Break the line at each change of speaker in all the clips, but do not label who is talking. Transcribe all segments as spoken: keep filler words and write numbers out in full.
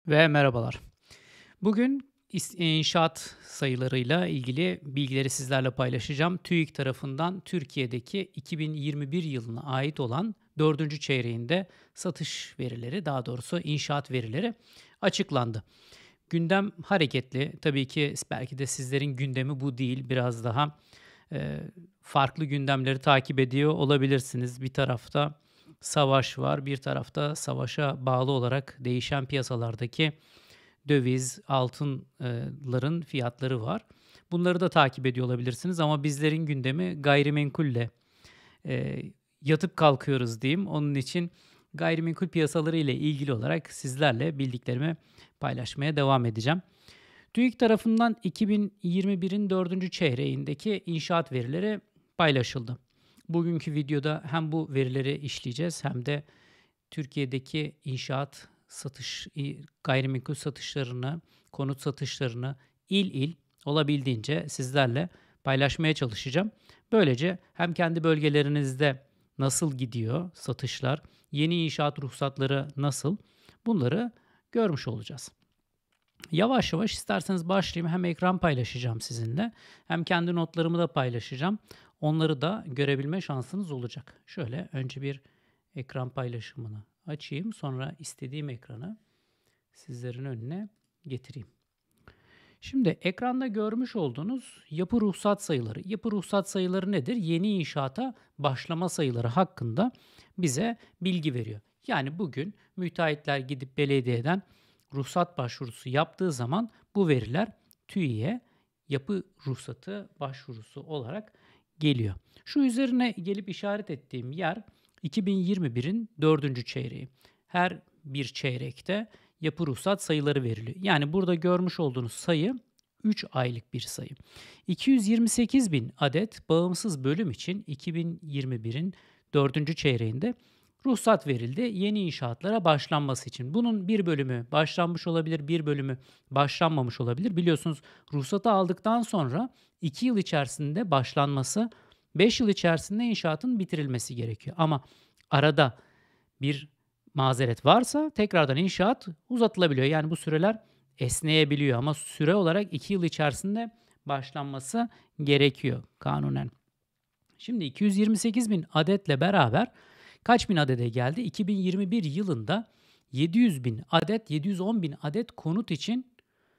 Ve merhabalar. Bugün is- inşaat sayılarıyla ilgili bilgileri sizlerle paylaşacağım. TÜİK tarafından Türkiye'deki iki bin yirmi bir yılına ait olan dördüncü çeyreğinde satış verileri, daha doğrusu inşaat verileri açıklandı. Gündem hareketli. Tabii ki belki de sizlerin gündemi bu değil. Biraz daha e, farklı gündemleri takip ediyor olabilirsiniz. Bir tarafta savaş var, bir tarafta savaşa bağlı olarak değişen piyasalardaki döviz, altınların fiyatları var. Bunları da takip ediyor olabilirsiniz ama bizlerin gündemi gayrimenkulle e, yatıp kalkıyoruz diyeyim. Onun için gayrimenkul piyasaları ile ilgili olarak sizlerle bildiklerimi paylaşmaya devam edeceğim. TÜİK tarafından iki bin yirmi birin dördüncü çeyreğindeki inşaat verileri paylaşıldı. Bugünkü videoda hem bu verileri işleyeceğiz hem de Türkiye'deki inşaat satış gayrimenkul satışlarını, konut satışlarını il il olabildiğince sizlerle paylaşmaya çalışacağım. Böylece hem kendi bölgelerinizde nasıl gidiyor satışlar, yeni inşaat ruhsatları nasıl, bunları görmüş olacağız. Yavaş yavaş isterseniz başlayayım. Hem ekran paylaşacağım sizinle hem kendi notlarımı da paylaşacağım. Onları da görebilme şansınız olacak. Şöyle önce bir ekran paylaşımını açayım. Sonra istediğim ekranı sizlerin önüne getireyim. Şimdi ekranda görmüş olduğunuz yapı ruhsat sayıları. Yapı ruhsat sayıları nedir? Yeni inşaata başlama sayıları hakkında bize bilgi veriyor. Yani bugün müteahhitler gidip belediyeden ruhsat başvurusu yaptığı zaman bu veriler TÜİ'ye yapı ruhsatı başvurusu olarak geliyor. Şu üzerine gelip işaret ettiğim yer iki bin yirmi birin dördüncü çeyreği. Her bir çeyrekte yapı ruhsat sayıları veriliyor. Yani burada görmüş olduğunuz sayı üç aylık bir sayı. iki yüz yirmi sekiz bin adet bağımsız bölüm için iki bin yirmi birin dördüncü çeyreğinde ruhsat verildi yeni inşaatlara başlanması için. Bunun bir bölümü başlanmış olabilir, bir bölümü başlanmamış olabilir. Biliyorsunuz ruhsatı aldıktan sonra iki yıl içerisinde başlanması, beş yıl içerisinde inşaatın bitirilmesi gerekiyor. Ama arada bir mazeret varsa tekrardan inşaat uzatılabiliyor. Yani bu süreler esneyebiliyor ama süre olarak iki yıl içerisinde başlanması gerekiyor kanunen. Şimdi iki yüz yirmi sekiz bin adetle beraber kaç bin adede geldi? iki bin yirmi bir yılında yedi yüz bin adet, yedi yüz on bin adet konut için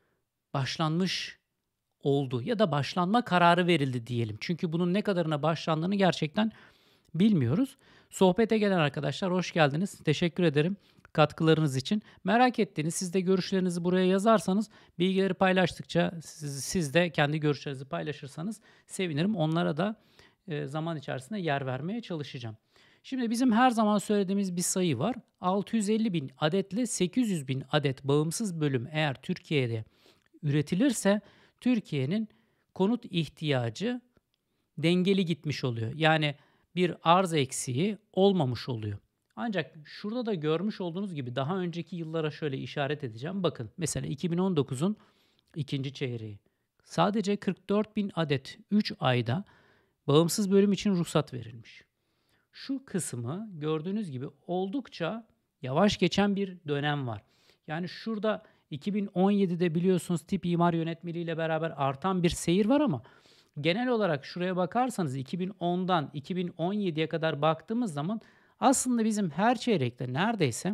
başlanmış oldu ya da başlanma kararı verildi diyelim. Çünkü bunun ne kadarına başlandığını gerçekten bilmiyoruz. Sohbete gelen arkadaşlar hoş geldiniz. Teşekkür ederim katkılarınız için. Merak ettiğiniz, siz de görüşlerinizi buraya yazarsanız, bilgileri paylaştıkça siz, siz de kendi görüşlerinizi paylaşırsanız sevinirim. Onlara da e, zaman içerisinde yer vermeye çalışacağım. Şimdi bizim her zaman söylediğimiz bir sayı var. altı yüz elli bin adetle sekiz yüz bin adet bağımsız bölüm eğer Türkiye'de üretilirse Türkiye'nin konut ihtiyacı dengeli gitmiş oluyor. Yani bir arz eksiği olmamış oluyor. Ancak şurada da görmüş olduğunuz gibi daha önceki yıllara şöyle işaret edeceğim. Bakın mesela iki bin on dokuzun ikinci çeyreği. Sadece kırk dört bin adet üç ayda bağımsız bölüm için ruhsat verilmiş. Şu kısmı gördüğünüz gibi oldukça yavaş geçen bir dönem var. Yani şurada iki bin on yedide biliyorsunuz tip imar yönetmeliği ile beraber artan bir seyir var ama genel olarak şuraya bakarsanız iki bin ondan iki bin on yediye kadar baktığımız zaman aslında bizim her çeyrekte neredeyse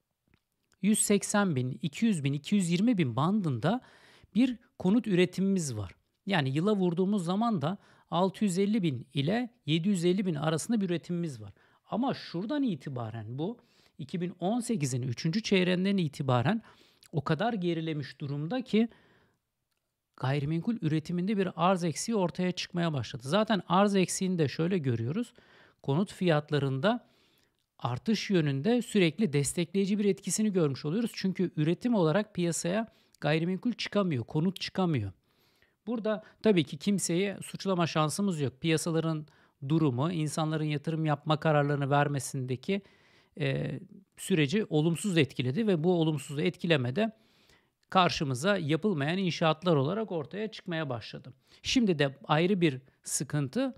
yüz seksen bin, iki yüz bin, iki yüz yirmi bin bandında bir konut üretimimiz var. Yani yıla vurduğumuz zaman da altı yüz elli bin ile yedi yüz elli bin arasında bir üretimimiz var. Ama şuradan itibaren bu iki bin on sekizin üçüncü çeyreğinden itibaren o kadar gerilemiş durumda ki gayrimenkul üretiminde bir arz eksiği ortaya çıkmaya başladı. Zaten arz eksiğini de şöyle görüyoruz. Konut fiyatlarında artış yönünde sürekli destekleyici bir etkisini görmüş oluyoruz. Çünkü üretim olarak piyasaya gayrimenkul çıkamıyor, konut çıkamıyor. Burada tabii ki kimseyi suçlama şansımız yok. Piyasaların durumu, insanların yatırım yapma kararlarını vermesindeki e, süreci olumsuz etkiledi ve bu olumsuz etkilemede karşımıza yapılmayan inşaatlar olarak ortaya çıkmaya başladı. Şimdi de ayrı bir sıkıntı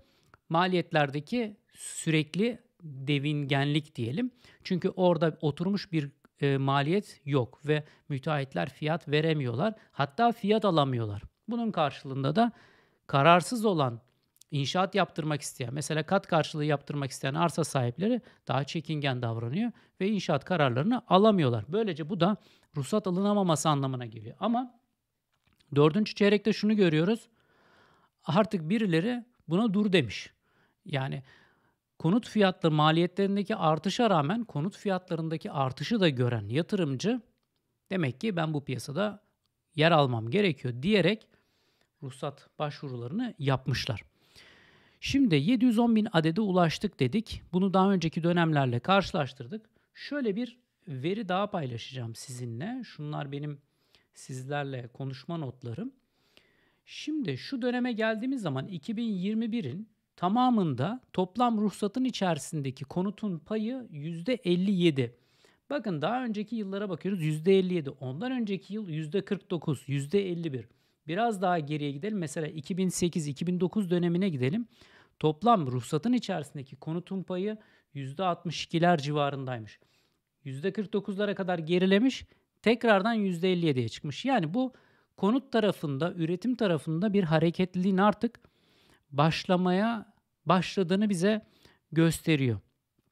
maliyetlerdeki sürekli devingenlik diyelim. Çünkü orada oturmuş bir e, maliyet yok ve müteahhitler fiyat veremiyorlar. Hatta fiyat alamıyorlar. Bunun karşılığında da kararsız olan, inşaat yaptırmak isteyen, mesela kat karşılığı yaptırmak isteyen arsa sahipleri daha çekingen davranıyor ve inşaat kararlarını alamıyorlar. Böylece bu da ruhsat alınamaması anlamına geliyor. Ama dördüncü çeyrekte şunu görüyoruz. Artık birileri buna dur demiş. Yani konut fiyatları maliyetlerindeki artışa rağmen konut fiyatlarındaki artışı da gören yatırımcı demek ki ben bu piyasada yer almam gerekiyor diyerek ruhsat başvurularını yapmışlar. Şimdi yedi yüz on bin adede ulaştık dedik. Bunu daha önceki dönemlerle karşılaştırdık. Şöyle bir veri daha paylaşacağım sizinle. Şunlar benim sizlerle konuşma notlarım. Şimdi şu döneme geldiğimiz zaman iki bin yirmi birin tamamında toplam ruhsatın içerisindeki konutun payı yüzde elli yedi. Bakın daha önceki yıllara bakıyoruz yüzde elli yedi. Ondan önceki yıl yüzde kırk dokuz, yüzde elli bir. Biraz daha geriye gidelim. Mesela iki bin sekiz iki bin dokuz dönemine gidelim. Toplam ruhsatın içerisindeki konutun payı yüzde altmış ikiler civarındaymış. yüzde kırk dokuzlara kadar gerilemiş. Tekrardan yüzde elli yediye çıkmış. Yani bu konut tarafında, üretim tarafında bir hareketliliğin artık başlamaya başladığını bize gösteriyor.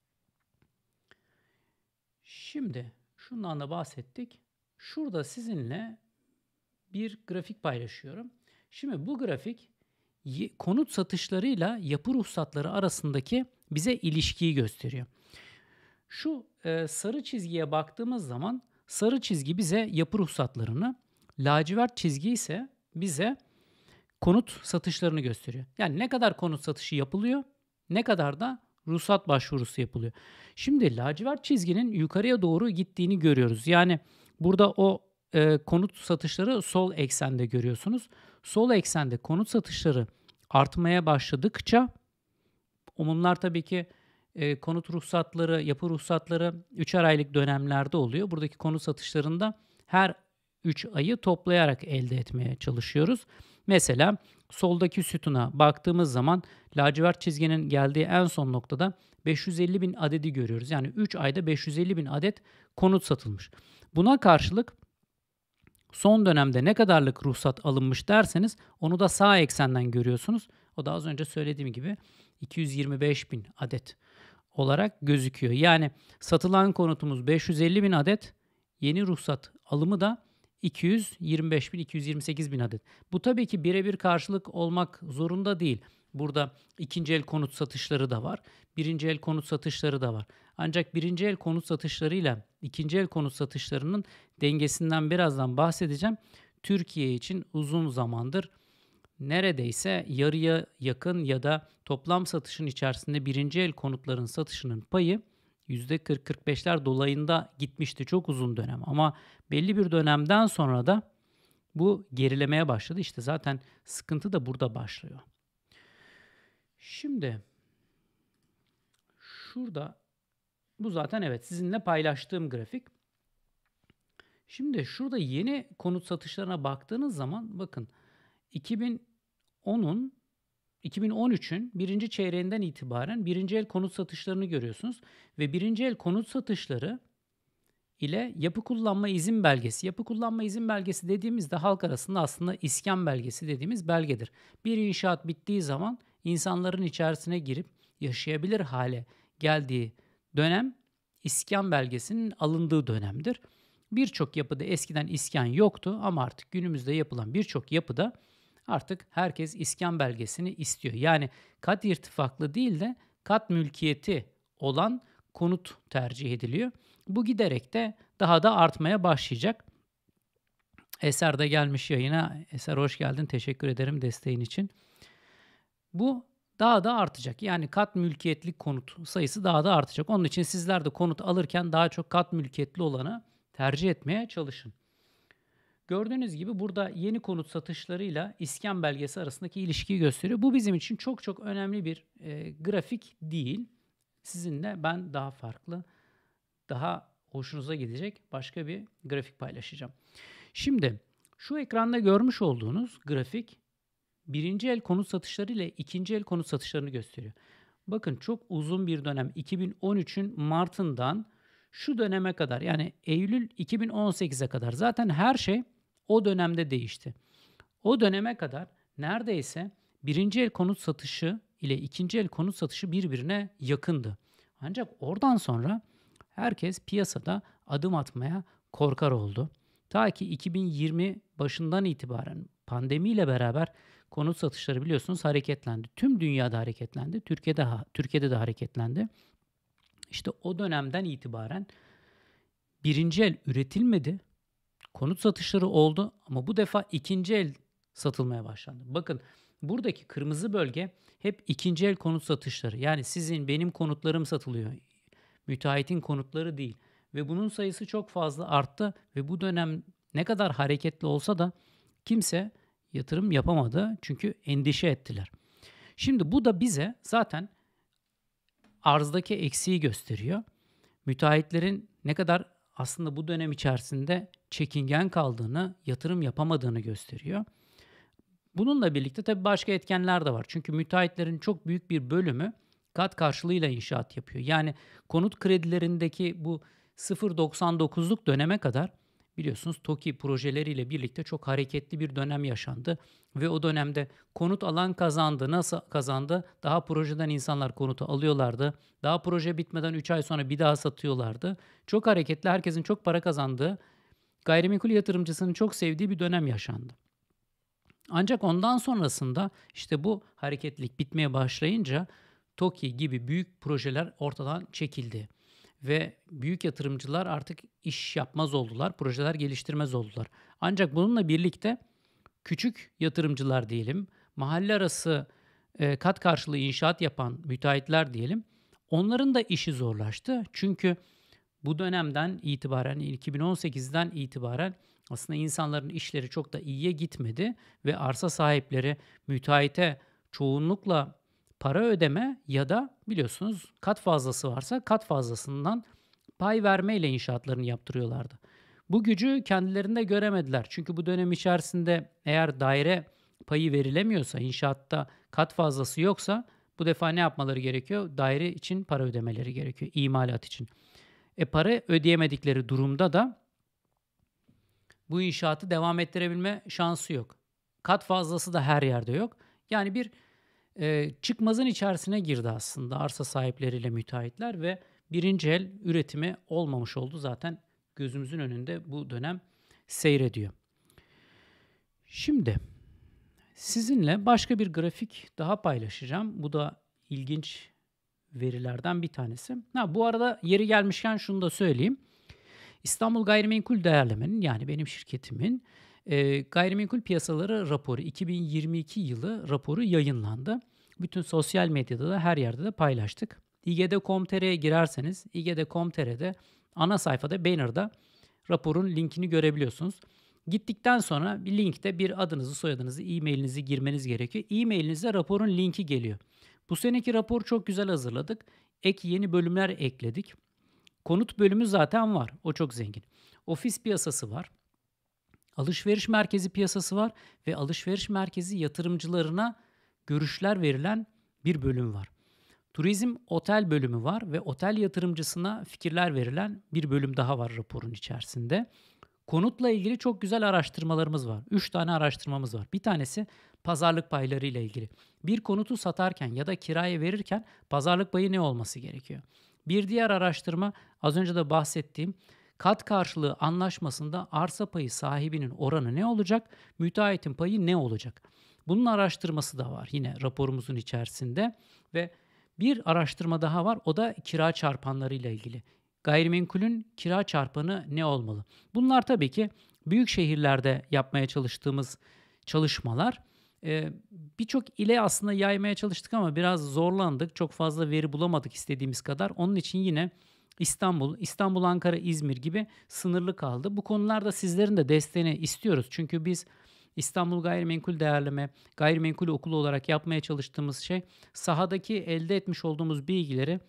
Şimdi şundan da bahsettik. Şurada sizinle bir grafik paylaşıyorum. Şimdi bu grafik konut satışlarıyla yapı ruhsatları arasındaki bize ilişkiyi gösteriyor. Şu e, sarı çizgiye baktığımız zaman sarı çizgi bize yapı ruhsatlarını, lacivert çizgi ise bize konut satışlarını gösteriyor. Yani ne kadar konut satışı yapılıyor, ne kadar da ruhsat başvurusu yapılıyor. Şimdi lacivert çizginin yukarıya doğru gittiğini görüyoruz. Yani burada o e, konut satışları sol eksende görüyorsunuz. Sol eksende konut satışları artmaya başladıkça, bunlar tabii ki e, konut ruhsatları, yapı ruhsatları üçer aylık dönemlerde oluyor. Buradaki konut satışlarında her üç ayı toplayarak elde etmeye çalışıyoruz. Mesela soldaki sütuna baktığımız zaman lacivert çizginin geldiği en son noktada beş yüz elli bin adedi görüyoruz. Yani üç ayda beş yüz elli bin adet konut satılmış. Buna karşılık son dönemde ne kadarlık ruhsat alınmış derseniz onu da sağ eksenden görüyorsunuz. O da az önce söylediğim gibi iki yüz yirmi beş bin adet olarak gözüküyor. Yani satılan konutumuz beş yüz elli bin adet, yeni ruhsat alımı da iki yüz yirmi beş bin, iki yüz yirmi sekiz bin adet. Bu tabii ki birebir karşılık olmak zorunda değil. Burada ikinci el konut satışları da var. Birinci el konut satışları da var. Ancak birinci el konut satışlarıyla ikinci el konut satışlarının dengesinden birazdan bahsedeceğim. Türkiye için uzun zamandır neredeyse yarıya yakın ya da toplam satışın içerisinde birinci el konutların satışının payı yüzde kırk kırk beşler dolayında gitmişti çok uzun dönem. Ama belli bir dönemden sonra da bu gerilemeye başladı. İşte zaten sıkıntı da burada başlıyor. Şimdi şurada bu zaten evet sizinle paylaştığım grafik. Şimdi şurada yeni konut satışlarına baktığınız zaman bakın iki bin onun iki bin on üçün birinci çeyreğinden itibaren birinci el konut satışlarını görüyorsunuz. Ve birinci el konut satışları ile yapı kullanma izin belgesi. Yapı kullanma izin belgesi dediğimizde halk arasında aslında iskan belgesi dediğimiz belgedir. Bir inşaat bittiği zaman insanların içerisine girip yaşayabilir hale geldiği dönem iskan belgesinin alındığı dönemdir. Birçok yapıda eskiden iskan yoktu ama artık günümüzde yapılan birçok yapıda artık herkes iskan belgesini istiyor. Yani kat irtifaklı değil de kat mülkiyeti olan konut tercih ediliyor. Bu giderek de daha da artmaya başlayacak. Eser de gelmiş yayına. Eser hoş geldin. Teşekkür ederim desteğin için. Bu daha da artacak. Yani kat mülkiyetli konut sayısı daha da artacak. Onun için sizler de konut alırken daha çok kat mülkiyetli olanı tercih etmeye çalışın. Gördüğünüz gibi burada yeni konut satışlarıyla iskan belgesi arasındaki ilişkiyi gösteriyor. Bu bizim için çok çok önemli bir e, grafik değil. Sizinle ben daha farklı, daha hoşunuza gidecek başka bir grafik paylaşacağım. Şimdi şu ekranda görmüş olduğunuz grafik birinci el konut satışları ile ikinci el konut satışlarını gösteriyor. Bakın çok uzun bir dönem iki bin on üçün Mart'ından şu döneme kadar, yani Eylül iki bin on sekize kadar zaten her şey o dönemde değişti. O döneme kadar neredeyse birinci el konut satışı ile ikinci el konut satışı birbirine yakındı. Ancak oradan sonra herkes piyasada adım atmaya korkar oldu. Ta ki iki bin yirmi başından itibaren pandemiyle beraber konut satışları biliyorsunuz hareketlendi. Tüm dünyada hareketlendi. Türkiye'de Türkiye'de de hareketlendi. İşte o dönemden itibaren birinci el üretilmedi. Konut satışları oldu ama bu defa ikinci el satılmaya başlandı. Bakın, buradaki kırmızı bölge hep ikinci el konut satışları. Yani sizin, benim konutlarım satılıyor. Müteahhitin konutları değil. Ve bunun sayısı çok fazla arttı ve bu dönem ne kadar hareketli olsa da kimse yatırım yapamadı. Çünkü endişe ettiler. Şimdi bu da bize zaten arzdaki eksiği gösteriyor. Müteahhitlerin ne kadar aslında bu dönem içerisinde çekingen kaldığını, yatırım yapamadığını gösteriyor. Bununla birlikte tabii başka etkenler de var. Çünkü müteahhitlerin çok büyük bir bölümü kat karşılığıyla inşaat yapıyor. Yani konut kredilerindeki bu sıfır virgül doksan dokuzluk döneme kadar biliyorsunuz TOKİ projeleriyle birlikte çok hareketli bir dönem yaşandı. Ve o dönemde konut alan kazandı. Nasıl kazandı? Daha projeden insanlar konutu alıyorlardı. Daha proje bitmeden üç ay sonra bir daha satıyorlardı. Çok hareketli, herkesin çok para kazandığı, gayrimenkul yatırımcısının çok sevdiği bir dönem yaşandı. Ancak ondan sonrasında işte bu hareketlilik bitmeye başlayınca TOKİ gibi büyük projeler ortadan çekildi. Ve büyük yatırımcılar artık iş yapmaz oldular, projeler geliştirmez oldular. Ancak bununla birlikte küçük yatırımcılar diyelim, mahalle arası e, kat karşılığı inşaat yapan müteahhitler diyelim, onların da işi zorlaştı. Çünkü bu dönemden itibaren, iki bin on sekizden itibaren aslında insanların işleri çok da iyiye gitmedi ve arsa sahipleri müteahhite çoğunlukla para ödeme ya da biliyorsunuz kat fazlası varsa kat fazlasından pay vermeyle inşaatlarını yaptırıyorlardı. Bu gücü kendilerinde göremediler. Çünkü bu dönem içerisinde eğer daire payı verilemiyorsa, inşaatta kat fazlası yoksa bu defa ne yapmaları gerekiyor? Daire için para ödemeleri gerekiyor, imalat için. E para ödeyemedikleri durumda da bu inşaatı devam ettirebilme şansı yok. Kat fazlası da her yerde yok. Yani bir e, çıkmazın içerisine girdi aslında arsa sahipleriyle müteahhitler ve birinci el üretimi olmamış oldu. Zaten gözümüzün önünde bu dönem seyrediyor. Şimdi sizinle başka bir grafik daha paylaşacağım. Bu da ilginç verilerden bir tanesi. Ha, bu arada yeri gelmişken şunu da söyleyeyim. İstanbul Gayrimenkul Değerleme'nin, yani benim şirketimin e, gayrimenkul piyasaları raporu, iki bin yirmi iki yılı raporu yayınlandı. Bütün sosyal medyada da her yerde de paylaştık. i g d nokta com nokta t r'ye girerseniz i g d nokta com nokta t r'de ana sayfada banner'da raporun linkini görebiliyorsunuz. Gittikten sonra bir linkte bir adınızı, soyadınızı, e-mailinizi girmeniz gerekiyor. E-mailinize raporun linki geliyor. Bu seneki raporu çok güzel hazırladık. Ek yeni bölümler ekledik. Konut bölümü zaten var. O çok zengin. Ofis piyasası var. Alışveriş merkezi piyasası var ve alışveriş merkezi yatırımcılarına görüşler verilen bir bölüm var. Turizm otel bölümü var ve otel yatırımcısına fikirler verilen bir bölüm daha var raporun içerisinde. Konutla ilgili çok güzel araştırmalarımız var. Üç tane araştırmamız var. Bir tanesi pazarlık payları ile ilgili. Bir konutu satarken ya da kiraya verirken pazarlık payı ne olması gerekiyor? Bir diğer araştırma, az önce de bahsettiğim kat karşılığı anlaşmasında arsa payı sahibinin oranı ne olacak? Müteahhitin payı ne olacak? Bunun araştırması da var yine raporumuzun içerisinde ve bir araştırma daha var. O da kira çarpanları ile ilgili. Gayrimenkulün kira çarpanı ne olmalı? Bunlar tabii ki büyük şehirlerde yapmaya çalıştığımız çalışmalar. Ee, Birçok ile aslında yaymaya çalıştık ama biraz zorlandık. Çok fazla veri bulamadık istediğimiz kadar. Onun için yine İstanbul, İstanbul, Ankara, İzmir gibi sınırlı kaldı. Bu konularda sizlerin de desteğini istiyoruz. Çünkü biz İstanbul Gayrimenkul Değerleme, Gayrimenkul Okulu olarak yapmaya çalıştığımız şey sahadaki elde etmiş olduğumuz bilgileri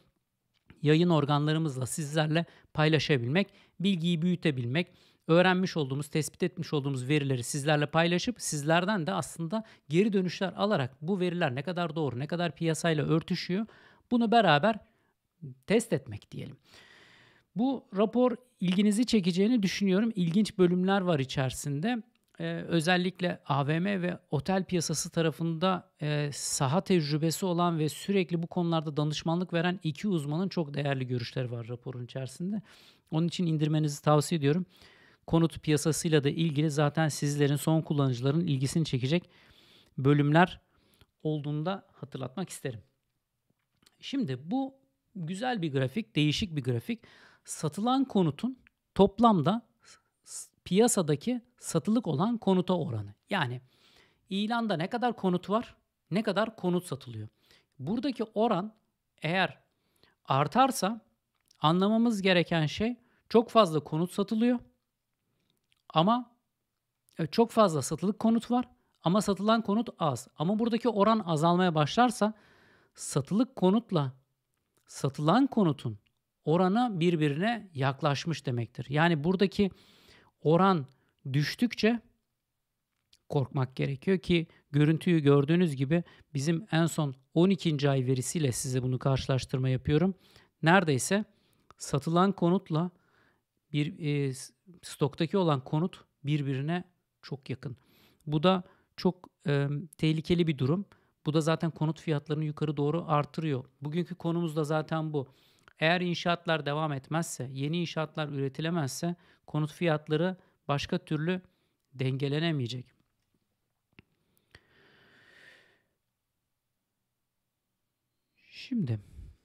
yayın organlarımızla sizlerle paylaşabilmek, bilgiyi büyütebilmek, öğrenmiş olduğumuz, tespit etmiş olduğumuz verileri sizlerle paylaşıp sizlerden de aslında geri dönüşler alarak bu veriler ne kadar doğru, ne kadar piyasayla örtüşüyor bunu beraber test etmek diyelim. Bu rapor ilginizi çekeceğini düşünüyorum. İlginç bölümler var içerisinde. Ee, özellikle A V M ve otel piyasası tarafında e, saha tecrübesi olan ve sürekli bu konularda danışmanlık veren iki uzmanın çok değerli görüşleri var raporun içerisinde. Onun için indirmenizi tavsiye ediyorum. Konut piyasasıyla da ilgili zaten sizlerin, son kullanıcıların ilgisini çekecek bölümler olduğunu da hatırlatmak isterim. Şimdi bu güzel bir grafik, değişik bir grafik. Satılan konutun toplamda s- piyasadaki satılık olan konuta oranı. Yani ilanda ne kadar konut var, ne kadar konut satılıyor. Buradaki oran eğer artarsa anlamamız gereken şey çok fazla konut satılıyor ama e, çok fazla satılık konut var ama satılan konut az. Ama buradaki oran azalmaya başlarsa satılık konutla satılan konutun oranı birbirine yaklaşmış demektir. Yani buradaki oran düştükçe korkmak gerekiyor ki görüntüyü gördüğünüz gibi bizim en son on ikinci ay verisiyle size bunu karşılaştırma yapıyorum. Neredeyse satılan konutla bir e, stoktaki olan konut birbirine çok yakın. Bu da çok e, tehlikeli bir durum. Bu da zaten konut fiyatlarını yukarı doğru artırıyor. Bugünkü konumuz da zaten bu. Eğer inşaatlar devam etmezse, yeni inşaatlar üretilemezse konut fiyatları başka türlü dengelenemeyecek. Şimdi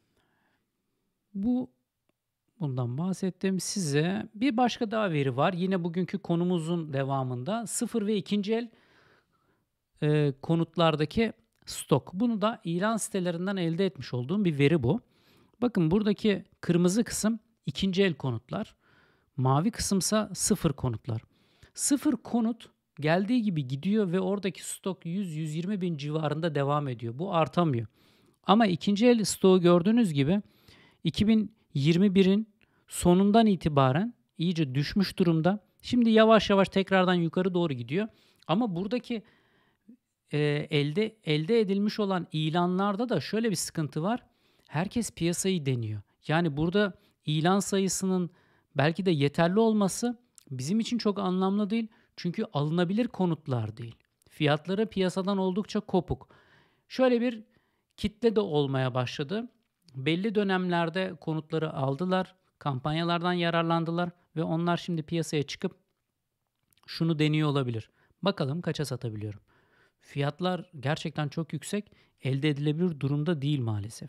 bu bundan bahsettim size. Bir başka daha veri var. Yine bugünkü konumuzun devamında sıfır ve ikinci el e, konutlardaki stok. Bunu da ilan sitelerinden elde etmiş olduğum bir veri bu. Bakın buradaki kırmızı kısım ikinci el konutlar. Mavi kısımsa sıfır konutlar. Sıfır konut geldiği gibi gidiyor ve oradaki stok yüz yüz yirmi bin civarında devam ediyor. Bu artamıyor. Ama ikinci el stoğu gördüğünüz gibi iki bin yirmi birin sonundan itibaren iyice düşmüş durumda. Şimdi yavaş yavaş tekrardan yukarı doğru gidiyor. Ama buradaki e, elde elde edilmiş olan ilanlarda da şöyle bir sıkıntı var. Herkes piyasayı deniyor. Yani burada ilan sayısının belki de yeterli olması bizim için çok anlamlı değil. Çünkü alınabilir konutlar değil. Fiyatları piyasadan oldukça kopuk. Şöyle bir kitle de olmaya başladı. Belli dönemlerde konutları aldılar, kampanyalardan yararlandılar ve onlar şimdi piyasaya çıkıp şunu deniyor olabilir. Bakalım kaça satabiliyorum. Fiyatlar gerçekten çok yüksek, elde edilebilir durumda değil maalesef.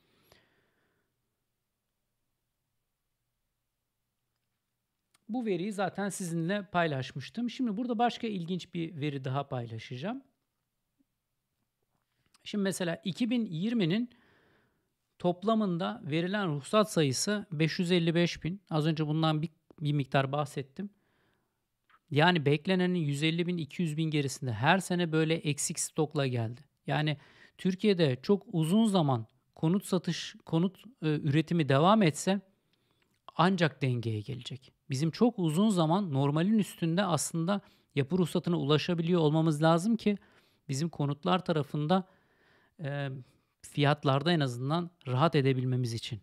Bu veriyi zaten sizinle paylaşmıştım. Şimdi burada başka ilginç bir veri daha paylaşacağım. Şimdi mesela iki bin yirminin toplamında verilen ruhsat sayısı beş yüz elli beş bin. Az önce bundan bir, bir miktar bahsettim. Yani beklenenin yüz elli bin iki yüz bin gerisinde her sene böyle eksik stokla geldi. Yani Türkiye'de çok uzun zaman konut satış, konut e, üretimi devam etse ancak dengeye gelecek. Bizim çok uzun zaman normalin üstünde aslında yapı ruhsatına ulaşabiliyor olmamız lazım ki bizim konutlar tarafında e, fiyatlarda en azından rahat edebilmemiz için.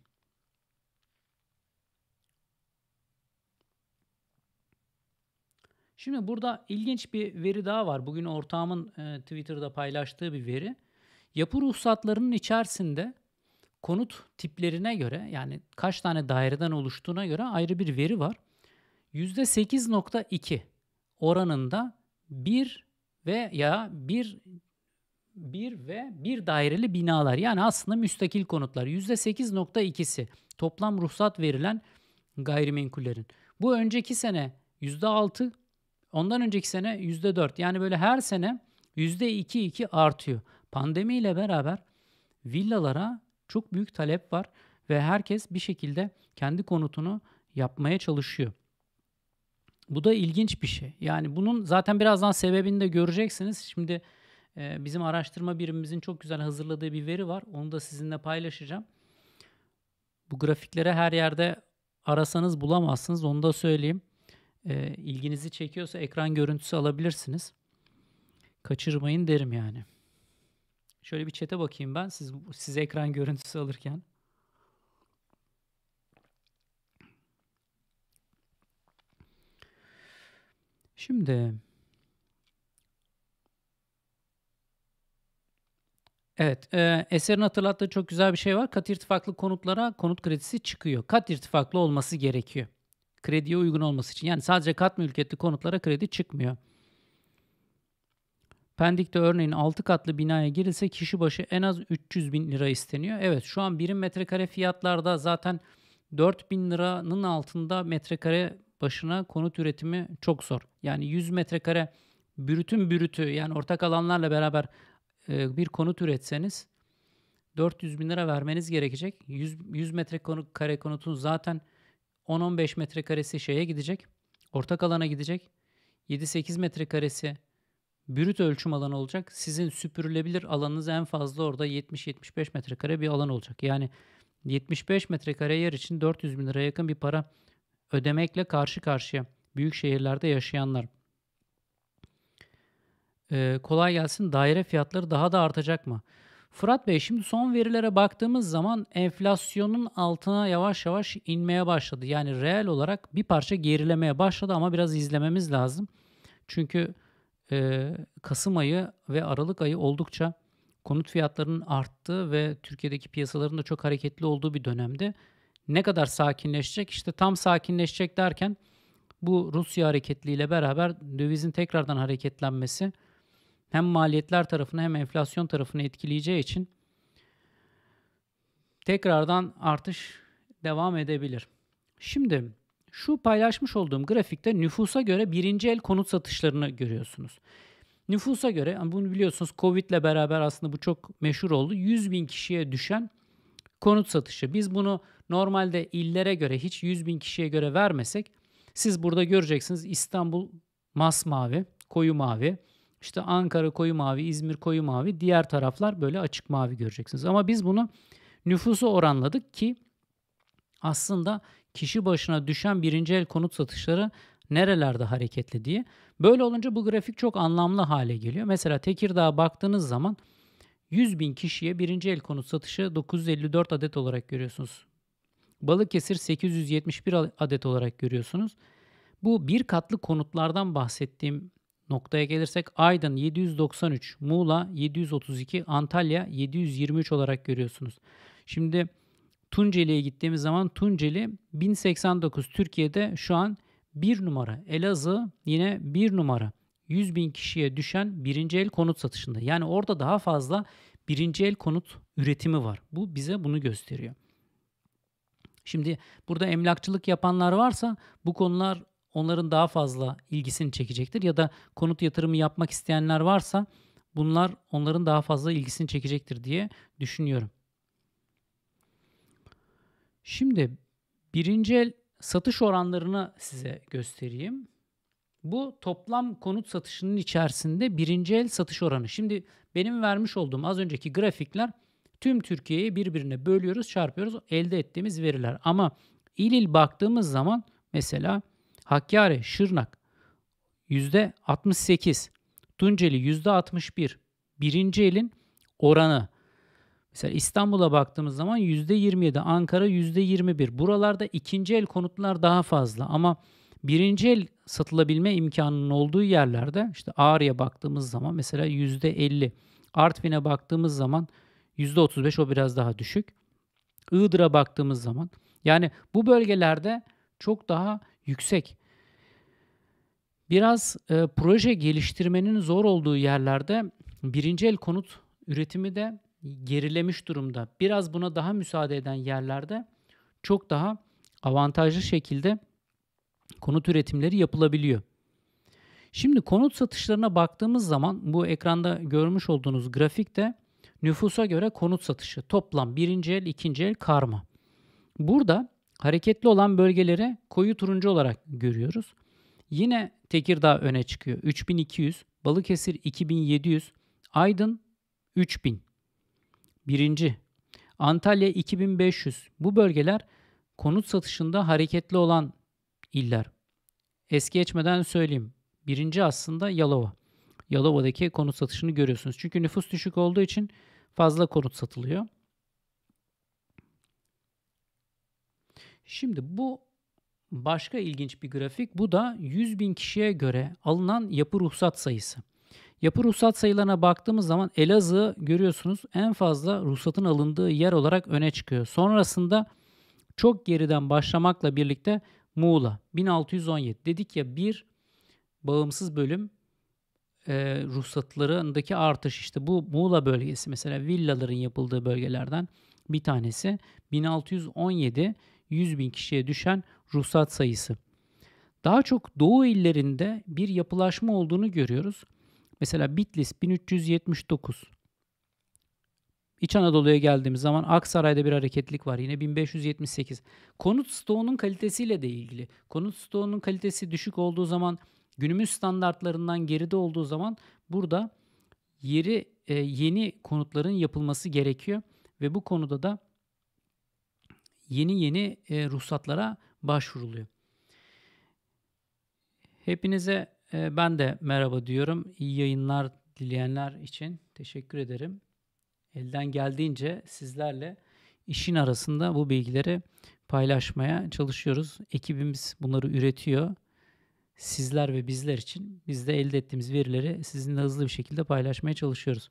Şimdi burada ilginç bir veri daha var. Bugün ortağımın e, Twitter'da paylaştığı bir veri. Yapı ruhsatlarının içerisinde konut tiplerine göre yani kaç tane daireden oluştuğuna göre ayrı bir veri var. yüzde sekiz nokta iki oranında bir ve ya bir bir ve bir daireli binalar yani aslında müstakil konutlar yüzde sekiz nokta ikisi toplam ruhsat verilen gayrimenkullerin. Bu önceki sene yüzde altı, ondan önceki sene yüzde dört. Yani böyle her sene yüzde iki iki artıyor. Pandemiyle beraber villalara çok büyük talep var ve herkes bir şekilde kendi konutunu yapmaya çalışıyor. Bu da ilginç bir şey. Yani bunun zaten birazdan sebebini de göreceksiniz. Şimdi e, bizim araştırma birimimizin çok güzel hazırladığı bir veri var. Onu da sizinle paylaşacağım. Bu grafiklere her yerde arasanız bulamazsınız. Onu da söyleyeyim. E, ilginizi çekiyorsa ekran görüntüsü alabilirsiniz. Kaçırmayın derim yani. Şöyle bir chat'e bakayım ben siz size ekran görüntüsü alırken. Şimdi evet, e, Eser'in hatırlattığı çok güzel bir şey var. Kat irtifaklı konutlara konut kredisi çıkıyor. Kat irtifaklı olması gerekiyor. Krediye uygun olması için. Yani sadece kat mülkiyetli konutlara kredi çıkmıyor. Pendik'te örneğin altı katlı binaya girilse kişi başı en az üç yüz bin lira isteniyor. Evet, şu an birim metrekare fiyatlarda zaten dört bin liranın altında metrekare başına konut üretimi çok zor. Yani yüz metrekare bürütün bürütü, yani ortak alanlarla beraber e, bir konut üretseniz dört yüz bin lira vermeniz gerekecek. yüz, yüz metrekare konutun zaten on on beş metrekaresi şeye gidecek. Ortak alana gidecek. yedi sekiz metrekaresi brüt ölçüm alanı olacak. Sizin süpürülebilir alanınız en fazla orada yetmiş yetmiş beş metrekare bir alan olacak. Yani yetmiş beş metrekare yer için dört yüz bin liraya yakın bir para ödemekle karşı karşıya büyük şehirlerde yaşayanlar. Ee, kolay gelsin. Daire fiyatları daha da artacak mı? Fırat Bey, şimdi son verilere baktığımız zaman enflasyonun altına yavaş yavaş inmeye başladı. Yani reel olarak bir parça gerilemeye başladı ama biraz izlememiz lazım. Çünkü e, Kasım ayı ve Aralık ayı oldukça konut fiyatlarının arttığı ve Türkiye'deki piyasaların da çok hareketli olduğu bir dönemde. Ne kadar sakinleşecek? İşte tam sakinleşecek derken bu Rusya hareketliğiyle beraber dövizin tekrardan hareketlenmesi hem maliyetler tarafını hem enflasyon tarafını etkileyeceği için tekrardan artış devam edebilir. Şimdi şu paylaşmış olduğum grafikte nüfusa göre birinci el konut satışlarını görüyorsunuz. Nüfusa göre, bunu biliyorsunuz, Covid ile beraber aslında bu çok meşhur oldu. yüz bin kişiye düşen konut satışı. Biz bunu normalde illere göre hiç yüz bin kişiye göre vermesek, siz burada göreceksiniz İstanbul masmavi, koyu mavi, işte Ankara koyu mavi, İzmir koyu mavi, diğer taraflar böyle açık mavi göreceksiniz. Ama biz bunu nüfusu oranladık ki aslında kişi başına düşen birinci el konut satışları nerelerde hareketli diye. Böyle olunca bu grafik çok anlamlı hale geliyor. Mesela Tekirdağ'a baktığınız zaman yüz bin kişiye birinci el konut satışı dokuz yüz elli dört adet olarak görüyorsunuz. Balıkesir sekiz yüz yetmiş bir adet olarak görüyorsunuz. Bu bir katlı konutlardan bahsettiğim noktaya gelirsek Aydın yedi yüz doksan üç, Muğla yedi yüz otuz iki, Antalya yedi yüz yirmi üç olarak görüyorsunuz. Şimdi Tunceli'ye gittiğimiz zaman Tunceli bin seksen dokuz, Türkiye'de şu an bir numara. Elazığ yine bir numara. yüz bin kişiye düşen birinci el konut satışında. Yani orada daha fazla birinci el konut üretimi var. Bu bize bunu gösteriyor. Şimdi burada emlakçılık yapanlar varsa bu konular onların daha fazla ilgisini çekecektir. Ya da konut yatırımı yapmak isteyenler varsa bunlar onların daha fazla ilgisini çekecektir diye düşünüyorum. Şimdi birinci el satış oranlarını size göstereyim. Bu toplam konut satışının içerisinde birinci el satış oranı. Şimdi benim vermiş olduğum az önceki grafikler tüm Türkiye'yi birbirine bölüyoruz, çarpıyoruz, elde ettiğimiz veriler. Ama il il baktığımız zaman mesela Hakkari, Şırnak yüzde altmış sekiz, Tunceli yüzde altmış bir. Birinci elin oranı. Mesela İstanbul'a baktığımız zaman yüzde yirmi yedi, Ankara yüzde yirmi bir. Buralarda ikinci el konutlar daha fazla ama birinci el satılabilme imkanının olduğu yerlerde işte Ağrı'ya baktığımız zaman mesela yüzde elli, Artvin'e baktığımız zaman yüzde otuz beş, o biraz daha düşük. Iğdır'a baktığımız zaman yani bu bölgelerde çok daha yüksek. Biraz e, proje geliştirmenin zor olduğu yerlerde birinci el konut üretimi de gerilemiş durumda. Biraz buna daha müsaade eden yerlerde çok daha avantajlı şekilde konut üretimleri yapılabiliyor. Şimdi konut satışlarına baktığımız zaman bu ekranda görmüş olduğunuz grafikte nüfusa göre konut satışı toplam birinci el, ikinci el, karma. Burada hareketli olan bölgeleri koyu turuncu olarak görüyoruz. Yine Tekirdağ öne çıkıyor. üç bin iki yüz, Balıkesir iki bin yedi yüz, Aydın üç bin. Birinci. Antalya iki bin beş yüz. Bu bölgeler konut satışında hareketli olan iller. Es geçmeden söyleyeyim. Birinci aslında Yalova. Yalova'daki konut satışını görüyorsunuz. Çünkü nüfus düşük olduğu için fazla konut satılıyor. Şimdi bu başka ilginç bir grafik. Bu da yüz bin kişiye göre alınan yapı ruhsat sayısı. Yapı ruhsat sayılarına baktığımız zaman Elazığ görüyorsunuz en fazla ruhsatın alındığı yer olarak öne çıkıyor. Sonrasında çok geriden başlamakla birlikte Muğla bin altı yüz on yedi. Dedik ya bir bağımsız bölüm e, ruhsatlarındaki artış işte bu Muğla bölgesi mesela villaların yapıldığı bölgelerden bir tanesi bin altı yüz on yedi yüz bin kişiye düşen ruhsat sayısı. Daha çok Doğu illerinde bir yapılaşma olduğunu görüyoruz. Mesela Bitlis bin üç yüz yetmiş dokuz. İç Anadolu'ya geldiğimiz zaman Aksaray'da bir hareketlilik var. Yine bin beş yüz yetmiş sekiz. Konut stoğunun kalitesiyle de ilgili. Konut stoğunun kalitesi düşük olduğu zaman, günümüz standartlarından geride olduğu zaman burada yeri e, yeni konutların yapılması gerekiyor ve bu konuda da yeni yeni e, ruhsatlara başvuruluyor. Hepinize e, ben de merhaba diyorum. İyi yayınlar dileyenler için teşekkür ederim. Elden geldiğince sizlerle işin arasında bu bilgileri paylaşmaya çalışıyoruz. Ekibimiz bunları üretiyor. Sizler ve bizler için biz de elde ettiğimiz verileri sizinle hızlı bir şekilde paylaşmaya çalışıyoruz.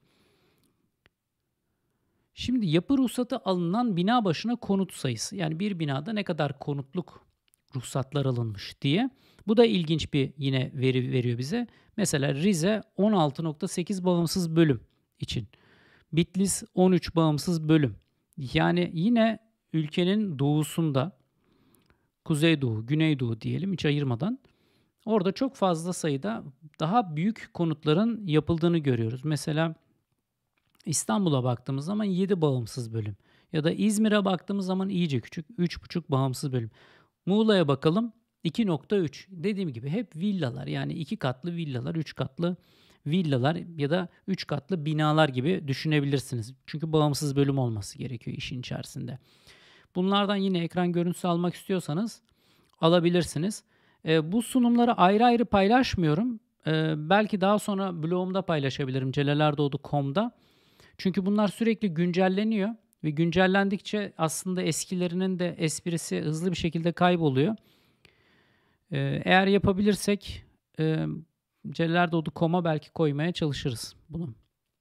Şimdi yapı ruhsatı alınan bina başına konut sayısı. Yani bir binada ne kadar konutluk ruhsatlar alınmış diye. Bu da ilginç bir yine veri veriyor bize. Mesela Rize on altı nokta sekiz bağımsız bölüm için. Bitlis on üç bağımsız bölüm. Yani yine ülkenin doğusunda, kuzeydoğu, güneydoğu diyelim hiç ayırmadan orada çok fazla sayıda daha büyük konutların yapıldığını görüyoruz. Mesela İstanbul'a baktığımız zaman yedi bağımsız bölüm ya da İzmir'e baktığımız zaman iyice küçük üç buçuk bağımsız bölüm. Muğla'ya bakalım iki nokta üç. Dediğim gibi hep villalar yani iki katlı villalar, üç katlı villalar ya da üç katlı binalar gibi düşünebilirsiniz. Çünkü bağımsız bölüm olması gerekiyor işin içerisinde. Bunlardan yine ekran görüntüsü almak istiyorsanız alabilirsiniz. E, bu sunumları ayrı ayrı paylaşmıyorum. E, belki daha sonra blogumda paylaşabilirim celalerdoğdu nokta com'da. Çünkü bunlar sürekli güncelleniyor ve güncellendikçe aslında eskilerinin de esprisi hızlı bir şekilde kayboluyor. E, eğer yapabilirsek e, celalerdoğdu nokta com'a belki koymaya çalışırız bunu.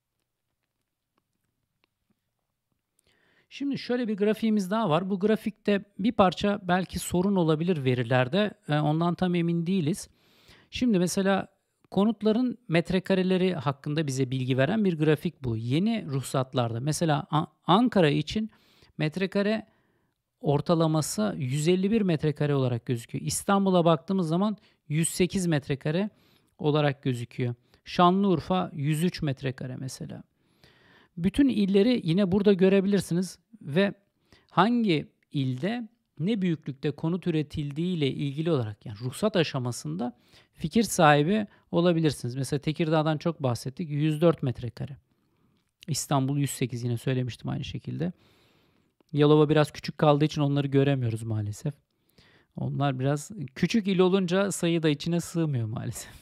Şimdi şöyle bir grafiğimiz daha var. Bu grafikte bir parça belki sorun olabilir verilerde. E, ondan tam emin değiliz. Şimdi mesela konutların metrekareleri hakkında bize bilgi veren bir grafik bu. Yeni ruhsatlarda mesela Ankara için metrekare ortalaması yüz elli bir metrekare olarak gözüküyor. İstanbul'a baktığımız zaman yüz sekiz metrekare olarak gözüküyor. Şanlıurfa yüz üç metrekare mesela. Bütün illeri yine burada görebilirsiniz ve hangi ilde ne büyüklükte konut üretildiği ile ilgili olarak yani ruhsat aşamasında fikir sahibi olabilirsiniz. Mesela Tekirdağ'dan çok bahsettik. yüz dört metrekare. İstanbul yüz sekiz yine söylemiştim aynı şekilde. Yalova biraz küçük kaldığı için onları göremiyoruz maalesef. Onlar biraz küçük il olunca sayı da içine sığmıyor maalesef.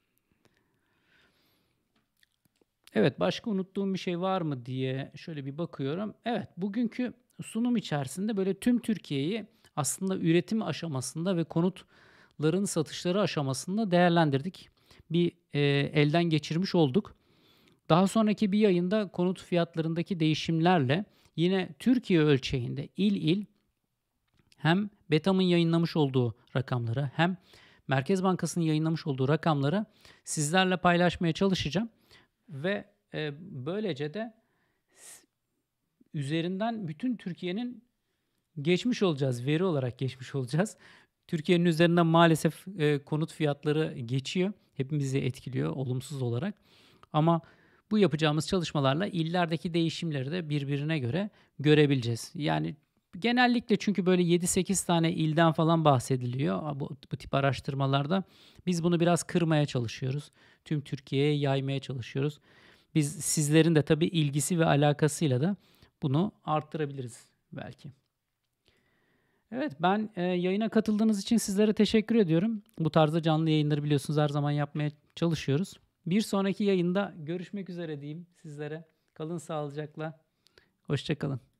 Evet, başka unuttuğum bir şey var mı diye şöyle bir bakıyorum. Evet, bugünkü sunum içerisinde böyle tüm Türkiye'yi aslında üretim aşamasında ve konutların satışları aşamasında değerlendirdik. Bir e, elden geçirmiş olduk. Daha sonraki bir yayında konut fiyatlarındaki değişimlerle yine Türkiye ölçeğinde il il hem BETAM'ın yayınlamış olduğu rakamları hem Merkez Bankası'nın yayınlamış olduğu rakamları sizlerle paylaşmaya çalışacağım. Ve e, böylece de üzerinden bütün Türkiye'nin geçmiş olacağız, veri olarak geçmiş olacağız. Türkiye'nin üzerinden maalesef e, konut fiyatları geçiyor. Hepimizi etkiliyor olumsuz olarak. Ama bu yapacağımız çalışmalarla illerdeki değişimleri de birbirine göre görebileceğiz. Yani genellikle çünkü böyle yedi sekiz tane ilden falan bahsediliyor bu, bu tip araştırmalarda. Biz bunu biraz kırmaya çalışıyoruz. Tüm Türkiye'ye yaymaya çalışıyoruz. Biz sizlerin de tabii ilgisi ve alakasıyla da bunu arttırabiliriz belki. Evet, ben e, yayına katıldığınız için sizlere teşekkür ediyorum. Bu tarzda canlı yayınları biliyorsunuz her zaman yapmaya çalışıyoruz. Bir sonraki yayında görüşmek üzere diyeyim sizlere. Kalın sağlıcakla. Hoşça kalın.